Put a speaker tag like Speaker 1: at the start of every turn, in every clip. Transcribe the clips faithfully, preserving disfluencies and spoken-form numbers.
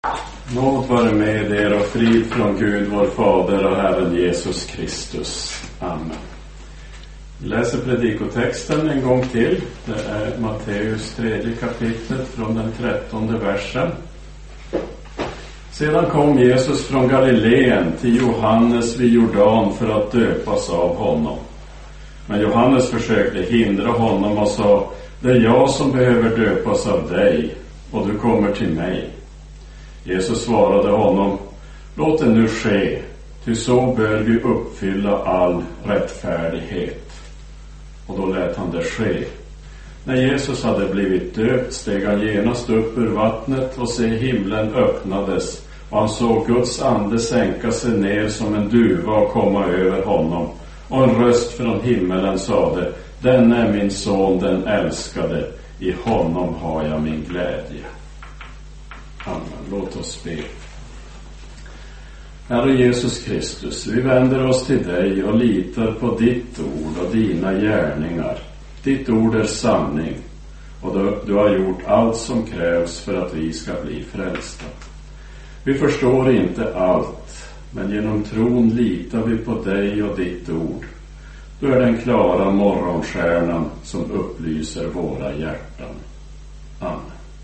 Speaker 1: Nåd vare med er och frid från Gud vår Fader och Herren Jesus Kristus. Amen. Vi läser predikotexten en gång till. Det är Matteus tredje kapitlet från den trettonde versen. Sedan kom Jesus från Galileen till Johannes vid Jordan för att döpas av honom. Men Johannes försökte hindra honom och sa: det är jag som behöver döpas av dig, och du kommer till mig. Jesus svarade honom: låt det nu ske, ty så bör vi uppfylla all rättfärdighet. Och då lät han det ske. När Jesus hade blivit döpt steg han genast upp ur vattnet, och se, himlen öppnades, och han såg Guds ande sänka sig ner som en duva och komma över honom. Och en röst från himmelen sade: den är min son, den älskade, i honom har jag min glädje. Amen. Låt oss be. Herre Jesus Kristus, vi vänder oss till dig och litar på ditt ord och dina gärningar. Ditt ord är sanning, och du, du har gjort allt som krävs för att vi ska bli frälsta. Vi förstår inte allt, men genom tron litar vi på dig och ditt ord. Du är den klara morgonstjärnan som upplyser våra hjärtan. Amen.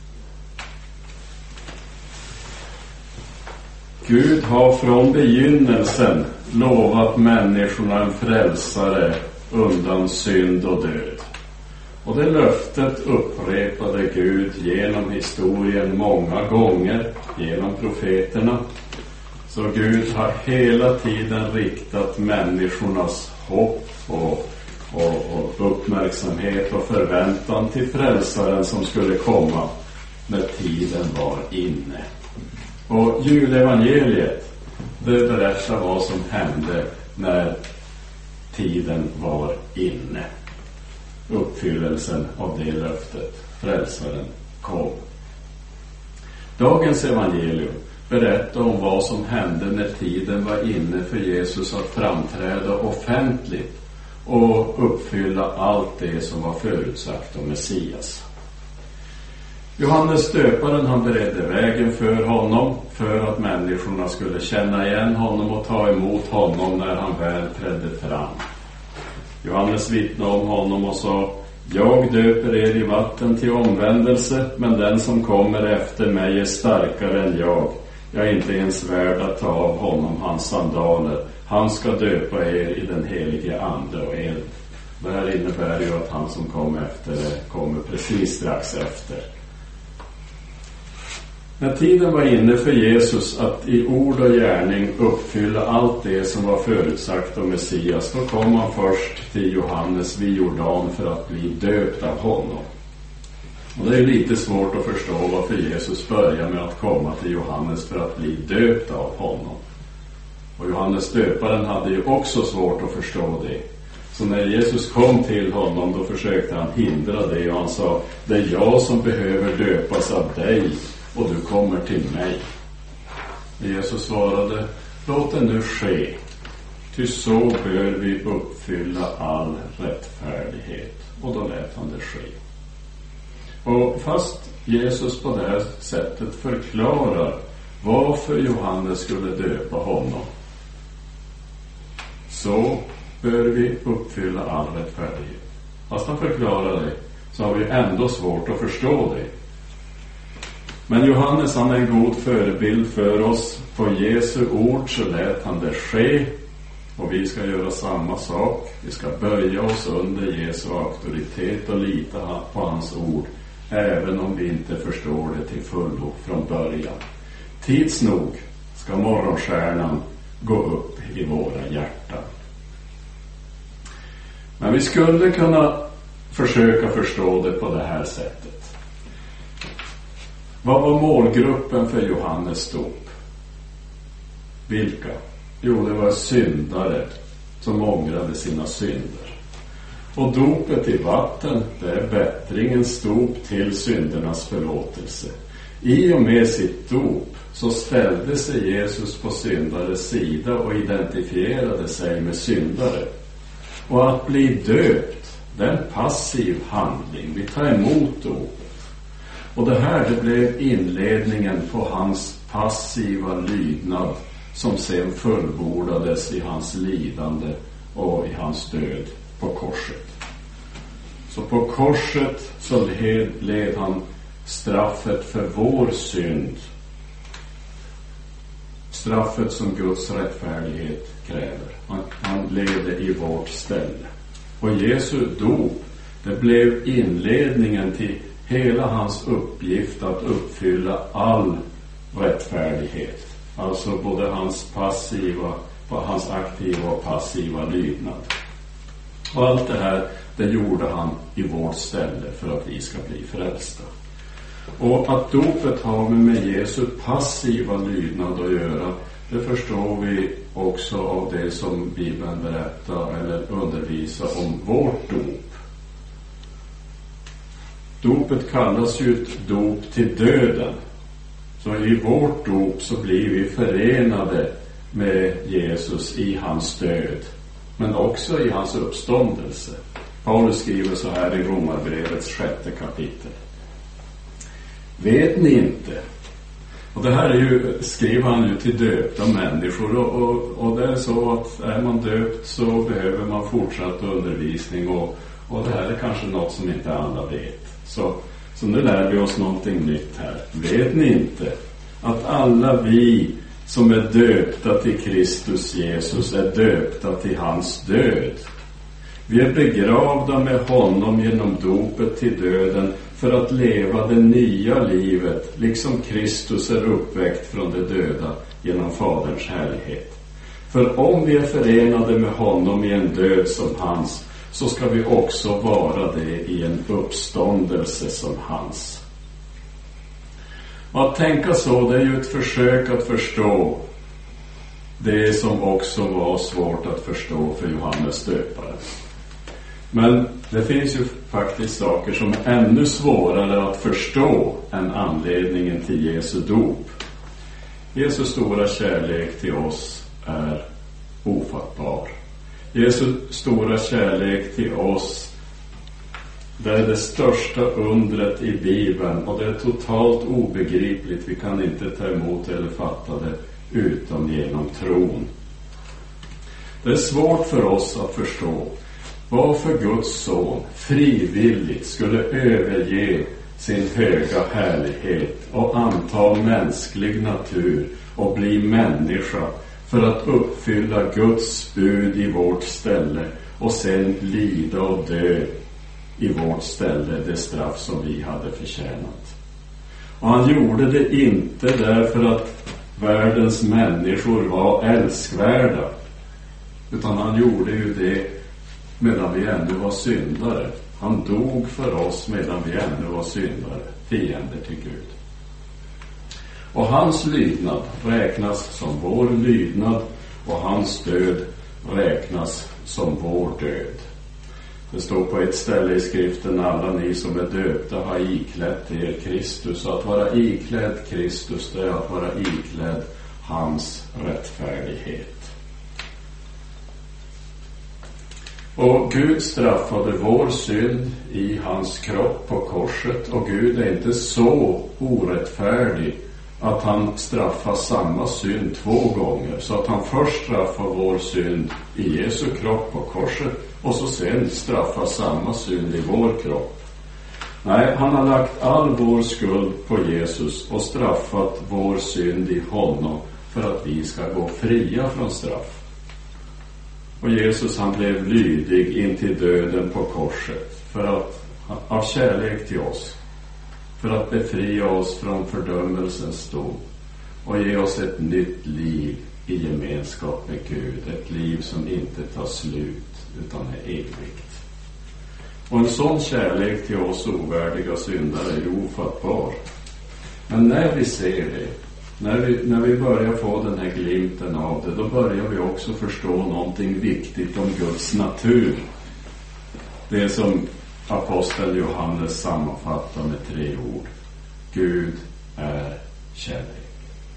Speaker 1: Gud har från begynnelsen lovat människorna en frälsare undan synd och död. Och det löftet upprepade Gud genom historien många gånger, genom profeterna. Så Gud har hela tiden riktat människornas hopp och, och, och uppmärksamhet och förväntan till frälsaren som skulle komma när tiden var inne. Och julevangeliet, det berättar vad som hände när tiden var inne. Uppfyllelsen av det löftet, frälsaren kom. Dagens evangelium berättar om vad som hände när tiden var inne för Jesus att framträda offentligt och uppfylla allt det som var förutsagt om Messias. Johannes döparen, han beredde vägen för honom för att människorna skulle känna igen honom och ta emot honom när han väl trädde fram. Johannes vittnade om honom och sa: jag döper er i vatten till omvändelse, men den som kommer efter mig är starkare än jag. Jag är inte ens värd att ta av honom hans sandaler. Han ska döpa er i den helige ande och eld. Det här innebär ju att han som kommer efter kommer precis strax efter. När tiden var inne för Jesus att i ord och gärning uppfylla allt det som var förutsagt om Messias, då kom han först till Johannes vid Jordan för att bli döpt av honom. Och det är lite svårt att förstå varför Jesus börjar med att komma till Johannes för att bli döpt av honom. Och Johannes döparen hade ju också svårt att förstå det. Så när Jesus kom till honom, då försökte han hindra det, och han sa: det är jag som behöver döpas av dig, och du kommer till mig. Jesus svarade: låt det nu ske, ty så bör vi uppfylla all rättfärdighet. Och då lät han det ske. Och fast Jesus på det här sättet förklarar varför Johannes skulle döpa honom, så bör vi uppfylla all rättfärdighet. Fast han förklarar det, så har vi ändå svårt att förstå det. Men Johannes, han är en god förebild för oss. På Jesu ord så lät han det ske, och vi ska göra samma sak. Vi ska böja oss under Jesu auktoritet och lita på hans ord, även om vi inte förstår det till fullo från början. Tids nog ska morgonstjärnan gå upp i våra hjärtan. Men vi skulle kunna försöka förstå det på det här sättet. Vad var målgruppen för Johannes dop? Vilka? Jo, det var syndare som ångrade sina synder. Och dopet i vatten, det är bättringens dop till syndernas förlåtelse. I och med sitt dop så ställde sig Jesus på syndares sida och identifierade sig med syndare. Och att bli döpt, det är en passiv handling. Vi tar emot dopet. Och det här, det blev inledningen på hans passiva lydnad som sen fullbordades i hans lidande och i hans död på korset. Så på korset så led, led han straffet för vår synd. Straffet som Guds rättfärdighet kräver. Han, han levde i vårt ställe. Och Jesu dop, det blev inledningen till hela hans uppgift att uppfylla all rättfärdighet. Alltså både hans passiva, hans aktiva och passiva lydnad. Och allt det här, det gjorde han i vårt ställe för att vi ska bli frälsta. Och att dopet har med Jesu passiva lydnad att göra, det förstår vi också av det som Bibeln berättar eller undervisar om vårt dop. Dopet kallas ju ett dop till döden. Så i vårt dop så blir vi förenade med Jesus i hans död, men också i hans uppståndelse. Paulus skriver så här i Romarbrevets sjätte kapitel. Vet ni inte? Och det här är ju, skriver han nu till döpta människor, och, och, och det är så att är man döpt så behöver man fortsatt undervisning, och, och det här är kanske något som inte alla vet. Så, så nu lär vi oss någonting nytt här. Vet ni inte att alla vi som är döpta till Kristus Jesus är döpta till hans död? Vi är begravda med honom genom dopet till döden för att leva det nya livet, liksom Kristus är uppväckt från de döda genom Faderns härlighet. För om vi är förenade med honom i en död som hans, så ska vi också vara det i en uppståndelse som hans. Och att tänka så, det är ju ett försök att förstå det som också var svårt att förstå för Johannes döparen. Men det finns ju faktiskt saker som är ännu svårare att förstå än anledningen till Jesu dop. Jesu stora kärlek till oss är ofattbar. Jesu stora kärlek till oss, det är det största undret i Bibeln, och det är totalt obegripligt. Vi kan inte ta emot eller fatta det utom genom tron. Det är svårt för oss att förstå varför Guds son frivilligt skulle överge sin höga härlighet och anta mänsklig natur och bli människa för att uppfylla Guds bud i vårt ställe och sen lida och dö i vårt ställe det straff som vi hade förtjänat. Och han gjorde det inte därför att världens människor var älskvärda, utan han gjorde ju det medan vi ännu var syndare. Han dog för oss medan vi ännu var syndare, fiender till Gud. Och hans lydnad räknas som vår lydnad, och hans död räknas som vår död. Det står på ett ställe i skriften: alla ni som är döpta har iklätt er Kristus. Och att vara iklädd Kristus, det är att vara iklädd hans rättfärdighet. Och Gud straffade vår synd i hans kropp på korset, och Gud är inte så orättfärdig att han straffar samma synd två gånger, så att han först straffar vår synd i Jesu kropp på korset och så sen straffar samma synd i vår kropp. Nej, han har lagt all vår skuld på Jesus och straffat vår synd i honom för att vi ska gå fria från straff. Och Jesus, han blev lydig in till döden på korset för att, av kärlek till oss, för att befria oss från fördömelsens dom och ge oss ett nytt liv i gemenskap med Gud. Ett liv som inte tar slut utan är evigt. Och en sån kärlek till oss ovärdiga syndare är ju ofattbar. Men när vi ser det, när vi, när vi börjar få den här glimten av det, då börjar vi också förstå någonting viktigt om Guds natur. Det som aposteln Johannes sammanfattar med tre ord: Gud är kärlek.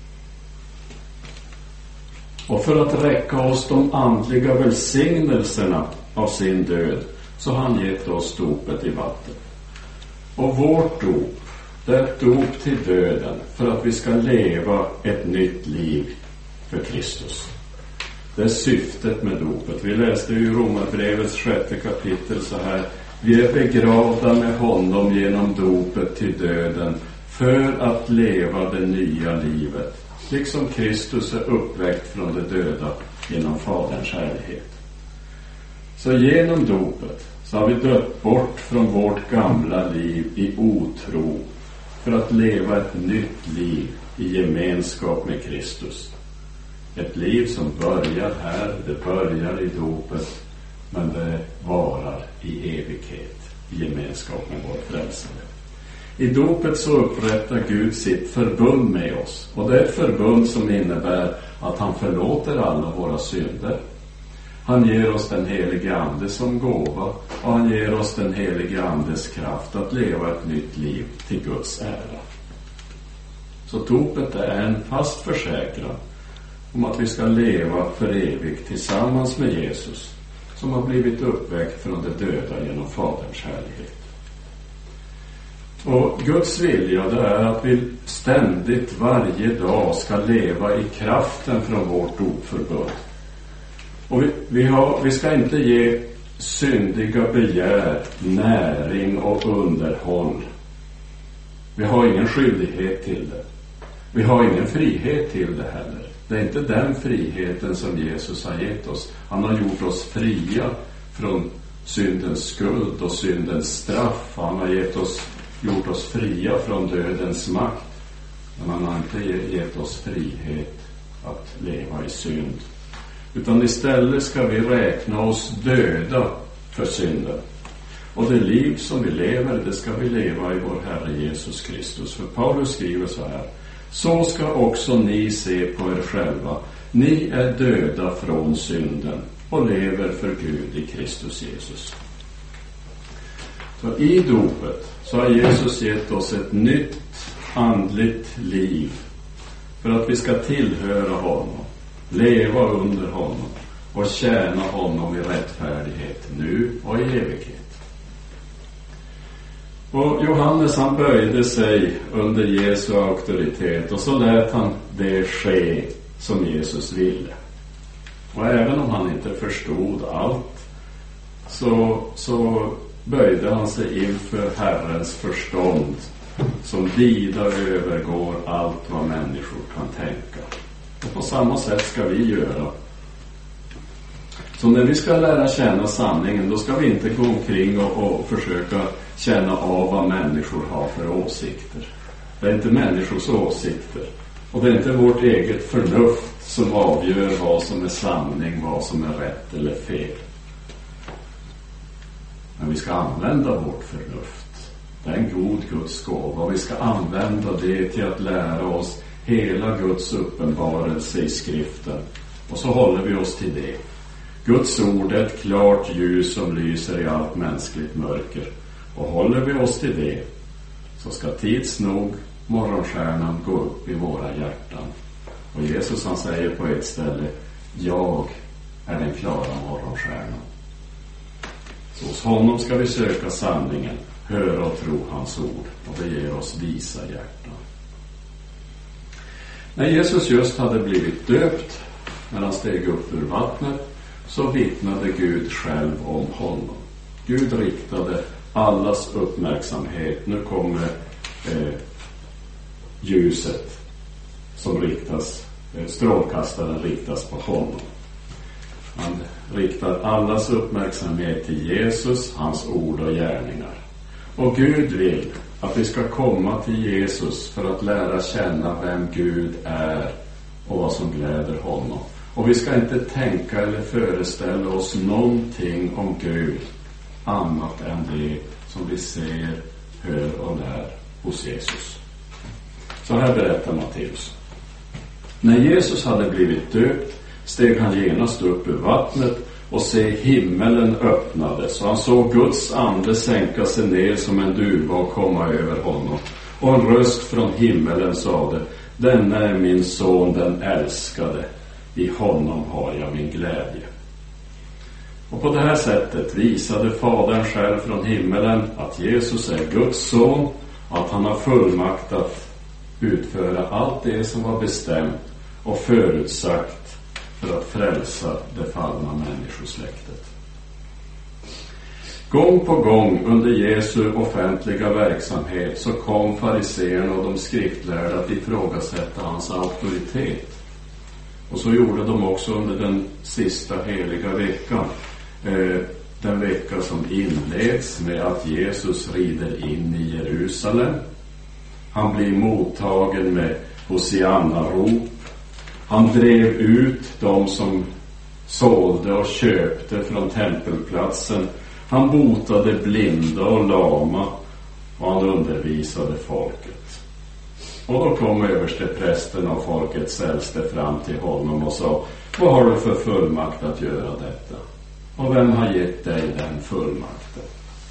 Speaker 1: Och för att räcka oss de andliga välsignelserna av sin död, så har han gett oss dopet i vatten. Och vårt dop, Det är ett dop till döden för att vi ska leva ett nytt liv för Kristus. Det är syftet med dopet. Vi läste ju Romarbrevets sjätte kapitel så här: vi är begravda med honom genom dopet till döden för att leva det nya livet, liksom Kristus är uppväckt från de döda genom Faderns härlighet. Så genom dopet så har vi dött bort från vårt gamla liv i otro för att leva ett nytt liv i gemenskap med Kristus. Ett liv som börjar här, det börjar i dopet, men det varar i evighet i gemenskap med vår frälsare. I dopet så upprättar Gud sitt förbund med oss, och det är ett förbund som innebär att han förlåter alla våra synder. Han ger oss den helige ande som gåva, och han ger oss den helige andes kraft att leva ett nytt liv till Guds ära. Så dopet är en fast försäkran om att vi ska leva för evigt tillsammans med Jesus, som har blivit uppväckt från de döda genom Faderns härlighet. Och Guds vilja, det är att vi ständigt varje dag ska leva i kraften från vårt dopförbund. Och vi, vi, har, vi ska inte ge syndiga begär näring och underhåll. Vi har ingen skyldighet till det. Vi har ingen frihet till det heller. Det är inte den friheten som Jesus har gett oss. Han har gjort oss fria från syndens skuld och syndens straff. Han har gett oss, gjort oss fria från dödens makt. Men han har inte gett oss frihet att leva i synd. Utan istället ska vi räkna oss döda för synden. Och det liv som vi lever, det ska vi leva i vår Herre Jesus Kristus. För Paulus skriver så här: så ska också ni se på er själva. Ni är döda från synden och lever för Gud i Kristus Jesus. Så i dopet så har Jesus gett oss ett nytt andligt liv för att vi ska tillhöra honom, leva under honom och tjäna honom i rättfärdighet nu och i evighet. Och Johannes, han böjde sig under Jesu auktoritet, och så lät han det ske som Jesus ville. Och även om han inte förstod allt, så, så böjde han sig inför Herrens förstånd, som vida övergår allt vad människor kan tänka. Och på samma sätt ska vi göra. Så när vi ska lära känna sanningen, då ska vi inte gå omkring och, och försöka känna av vad människor har för åsikter. Det är inte människors åsikter, och det är inte vårt eget förnuft som avgör vad som är sanning, vad som är rätt eller fel. Men vi ska använda vårt förnuft. Det är en god Guds gåva, och vi ska använda det till att lära oss hela Guds uppenbarelse i skriften. Och så håller vi oss till det. Guds ord är ett klart ljus som lyser i allt mänskligt mörker. Och håller vi oss till det, så ska tids nog morgonstjärnan gå upp i våra hjärtan. Och Jesus, han säger på ett ställe: jag är den klara morgonstjärnan. Så hos honom ska vi söka sanningen, höra och tro hans ord, och det ger oss visa hjärtan. När Jesus just hade blivit döpt, när han steg upp ur vattnet, så vittnade Gud själv om honom. Gud riktade allas uppmärksamhet. Nu kommer eh, ljuset som riktas, eh, strålkastaren riktas på honom. Han riktar allas uppmärksamhet till Jesus, hans ord och gärningar. Och Gud vill att vi ska komma till Jesus för att lära känna vem Gud är och vad som gläder honom. Och vi ska inte tänka eller föreställa oss någonting om Gud annat än det som vi ser, hör och lär hos Jesus. Så här berättar Matteus. När Jesus hade blivit döpt steg han genast upp ur vattnet, och se, himmelen öppnades, och han såg Guds ande sänka sig ner som en duva och komma över honom. Och en röst från himmelen sade: denna är min son, den älskade, i honom har jag min glädje. Och på det här sättet visade Fadern själv från himmelen att Jesus är Guds son, Att han har fullmakt att utföra allt det som var bestämt och förutsagt för att frälsa det fallna människosläktet. Gång på gång under Jesu offentliga verksamhet så kom fariseerna och de skriftlärda att ifrågasätta hans auktoritet. Och så gjorde de också under den sista heliga veckan. Eh, den vecka som inleds med att Jesus rider in i Jerusalem. Han blir mottagen med hosianna-rop. Han drev ut de som sålde och köpte från tempelplatsen. Han botade blinda och lama och han undervisade folket. Och då kom översteprästen och folkets äldste fram till honom och sa: vad har du för fullmakt att göra detta? Och vem har gett dig den fullmakten?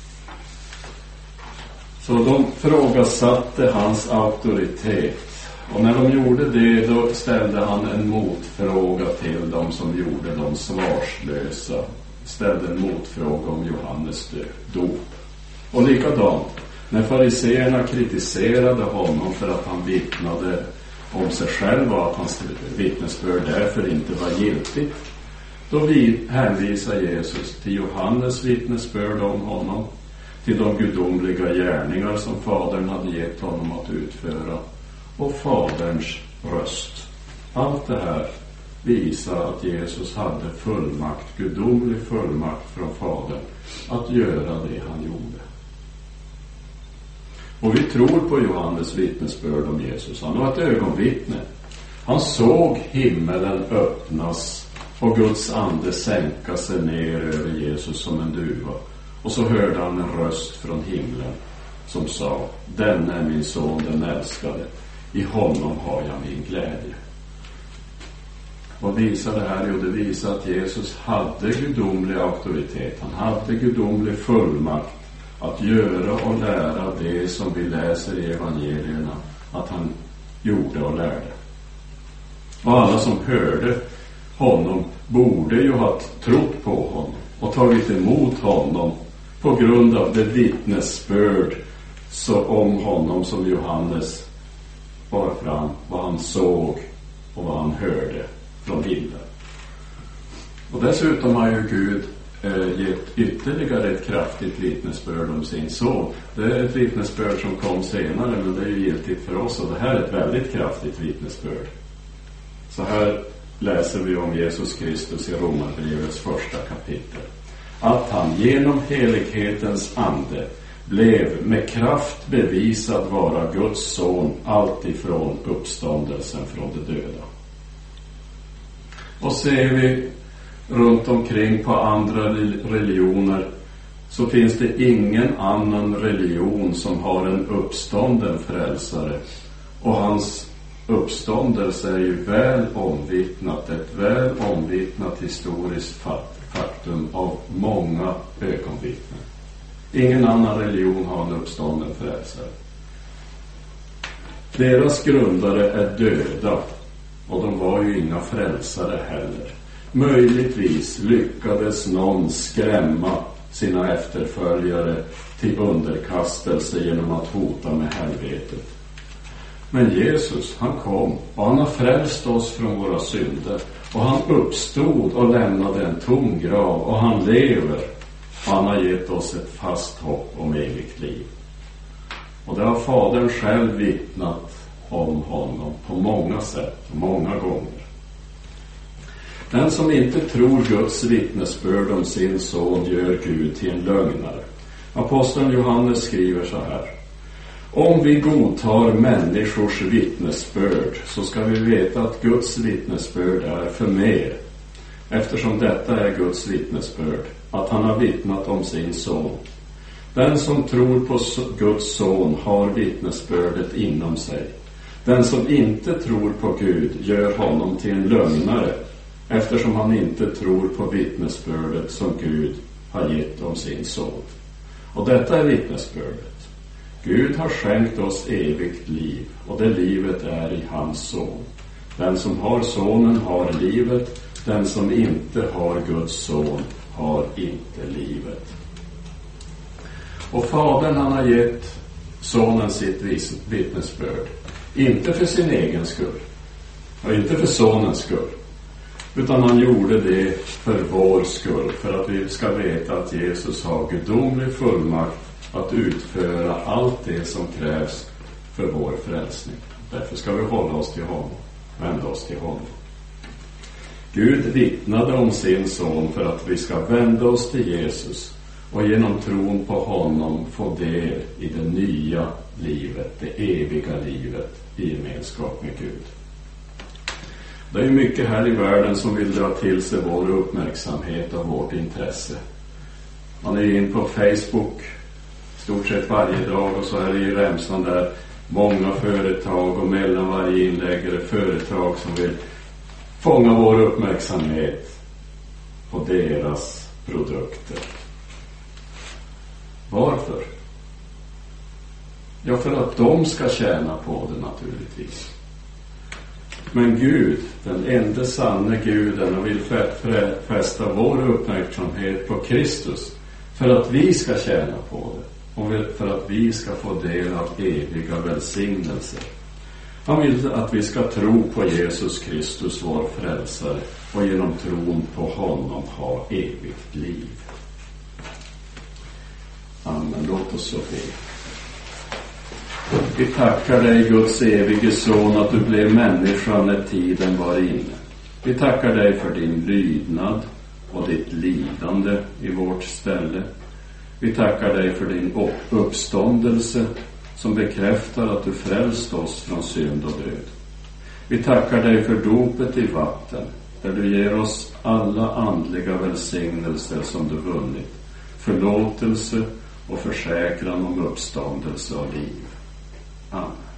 Speaker 1: Så de frågasatte hans auktoritet. Och när de gjorde det, då ställde han en motfråga till dem som gjorde dem svarslösa. Ställde en motfråga om Johannes dop. Och likadant, när fariseerna kritiserade honom för att han vittnade om sig själv och att hans vittnesbörd därför inte var giltigt, då vi hänvisar Jesus till Johannes vittnesbörd om honom, till de gudomliga gärningar som Fadern hade gett honom att utföra och Faderns röst. Allt det här visar att Jesus hade fullmakt, gudomlig fullmakt från Fadern att göra det han gjorde. Och vi tror på Johannes vittnesbörd om Jesus. Han var ett ögonvittne. Han såg himmelen öppnas och Guds ande sänka sig ner över Jesus som en duva. Och så hörde han en röst från himlen som sa: den är min son, den älskade. I honom har jag min glädje. Vad visar det här? Jo, det visar att Jesus hade gudomlig auktoritet. Han hade gudomlig fullmakt att göra och lära det som vi läser i evangelierna att han gjorde och lärde. Och alla som hörde honom borde ju ha trott på honom och tagit emot honom på grund av det vittnesbörd så om honom som Johannes bar fram, vad han såg och vad han hörde från himlen. Och dessutom har ju Gud eh, gett ytterligare ett kraftigt vittnesbörd om sin son. Det är ett vittnesbörd som kom senare, men det är ju giltigt för oss, och det här är ett väldigt kraftigt vittnesbörd. Så här läser vi om Jesus Kristus i Romarbrevets första kapitel. Att han genom helighetens ande blev med kraft bevisad vara Guds son alltifrån uppståndelsen från de döda. Och ser vi runt omkring på andra religioner, så finns det ingen annan religion som har en uppstånden frälsare. Och hans uppståndelse är ju väl omvittnat, ett väl omvittnat historiskt faktum av många ögonvittnen. Ingen annan religion har en uppstånden frälsare. Deras grundare är döda, och de var ju inga frälsare heller. Möjligtvis lyckades någon skrämma sina efterföljare till underkastelse genom att hota med helvetet. Men Jesus, han kom och han har frälst oss från våra synder. Och han uppstod och lämnade en tom grav, och han lever. Och han har gett oss ett fast hopp om evigt liv. Och det har Fadern själv vittnat om honom på många sätt, många gånger. Den som inte tror Guds vittnesbörd om sin son gör Gud till en lögnare. Aposteln Johannes skriver så här: om vi godtar människors vittnesbörd, så ska vi veta att Guds vittnesbörd är för mer, eftersom detta är Guds vittnesbörd, att han har vittnat om sin son. Den som tror på Guds son har vittnesbördet inom sig. Den som inte tror på Gud gör honom till en lögnare, eftersom han inte tror på vittnesbördet som Gud har gett om sin son. Och detta är vittnesbördet: Gud har skänkt oss evigt liv, och det livet är i hans son. Den som har sonen har livet, den som inte har Guds son har inte livet. Och Fadern, han har gett sonen sitt vittnesbörd. Inte för sin egen skull. Och inte för sonens skull. Utan han gjorde det för vår skull. För att vi ska veta att Jesus har gudomlig fullmakt att utföra allt det som krävs för vår frälsning. Därför ska vi hålla oss till honom. Vända oss till honom. Gud vittnade om sin son för att vi ska vända oss till Jesus och genom tron på honom få del i det nya livet, det eviga livet i gemenskap med Gud. Det är mycket här i världen som vill dra till sig vår uppmärksamhet och vårt intresse. Man är in på Facebook stort sett varje dag och så är det i remsan där många företag och mellan varje inlägg är det företag som vill fånga vår uppmärksamhet på deras produkter. Varför? Ja, för att de ska tjäna på det naturligtvis. Men Gud, den enda sanna Guden, och vill fästa vår uppmärksamhet på Kristus för att vi ska tjäna på det och för att vi ska få del av eviga välsignelser. Han vill att vi ska tro på Jesus Kristus, vår frälsare, och genom tron på honom ha evigt liv. Amen. Låt oss så be. Vi tackar dig, Guds evige son, att du blev människa när tiden var inne. Vi tackar dig för din lydnad och ditt lidande i vårt ställe. Vi tackar dig för din uppståndelse som bekräftar att du frälst oss från synd och död. Vi tackar dig för dopet i vatten, där du ger oss alla andliga välsignelser som du vunnit, förlåtelse och försäkran om uppståndelse och liv. Amen.